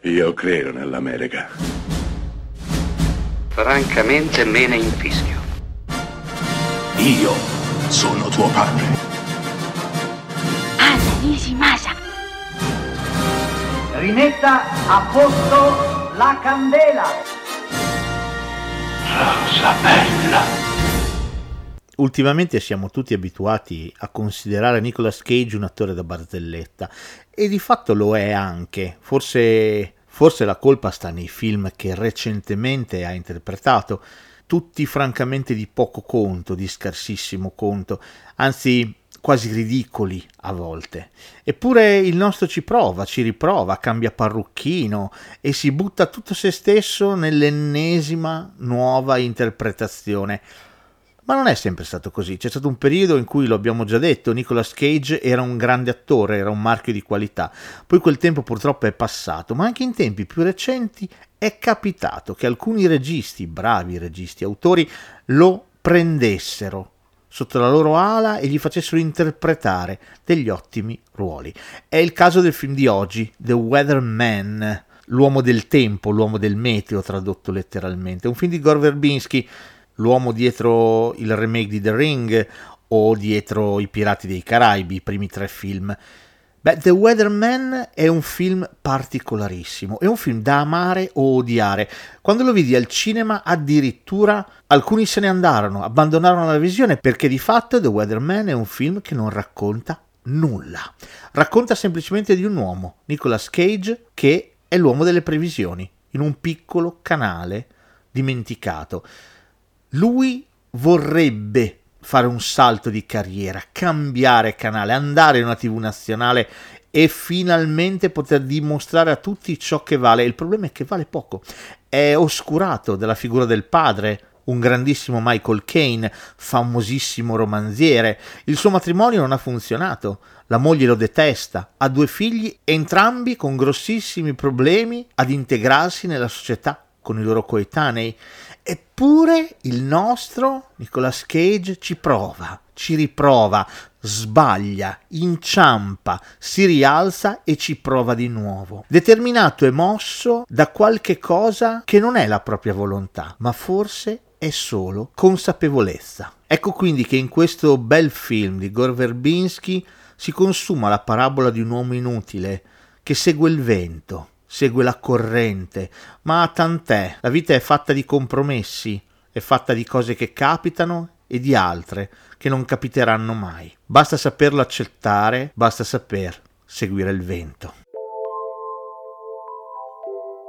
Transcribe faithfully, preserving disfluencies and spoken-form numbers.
Io credo nell'America. Francamente me ne infischio. Io sono tuo padre. Anna Nishimasa. Rimetta a posto la candela. Rosa bella. Ultimamente siamo tutti abituati a considerare Nicolas Cage un attore da barzelletta, e di fatto lo è anche. Forse, forse la colpa sta nei film che recentemente ha interpretato, tutti francamente di poco conto, di scarsissimo conto, anzi quasi ridicoli a volte. Eppure il nostro ci prova, ci riprova, cambia parrucchino e si butta tutto se stesso nell'ennesima nuova interpretazione. Ma non è sempre stato così. C'è stato un periodo in cui, lo abbiamo già detto, Nicolas Cage era un grande attore, era un marchio di qualità. Poi quel tempo purtroppo è passato, ma anche in tempi più recenti è capitato che alcuni registi, bravi registi, autori, lo prendessero sotto la loro ala e gli facessero interpretare degli ottimi ruoli. È il caso del film di oggi, The Weatherman, l'uomo del tempo, l'uomo del meteo tradotto letteralmente. Un film di Gore Verbinski, l'uomo dietro il remake di The Ring o dietro I Pirati dei Caraibi, i primi tre film. Beh, The Weatherman è un film particolarissimo, è un film da amare o odiare. Quando lo vidi al cinema addirittura alcuni se ne andarono, abbandonarono la visione, perché di fatto The Weatherman è un film che non racconta nulla. Racconta semplicemente di un uomo, Nicolas Cage, che è l'uomo delle previsioni, in un piccolo canale dimenticato. Lui vorrebbe fare un salto di carriera, cambiare canale, andare in una tivù nazionale e finalmente poter dimostrare a tutti ciò che vale. Il problema è che vale poco. È oscurato dalla figura del padre, un grandissimo Michael Caine, famosissimo romanziere. Il suo matrimonio non ha funzionato, la moglie lo detesta, ha due figli, entrambi con grossissimi problemi ad integrarsi nella società con i loro coetanei. Eppure il nostro Nicolas Cage ci prova, ci riprova, sbaglia, inciampa, si rialza e ci prova di nuovo, determinato e mosso da qualche cosa che non è la propria volontà, ma forse è solo consapevolezza. Ecco quindi che in questo bel film di Gore Verbinski si consuma la parabola di un uomo inutile che segue il vento, segue la corrente, ma tant'è, la vita è fatta di compromessi, è fatta di cose che capitano e di altre che non capiteranno mai. Basta saperlo accettare, basta saper seguire il vento.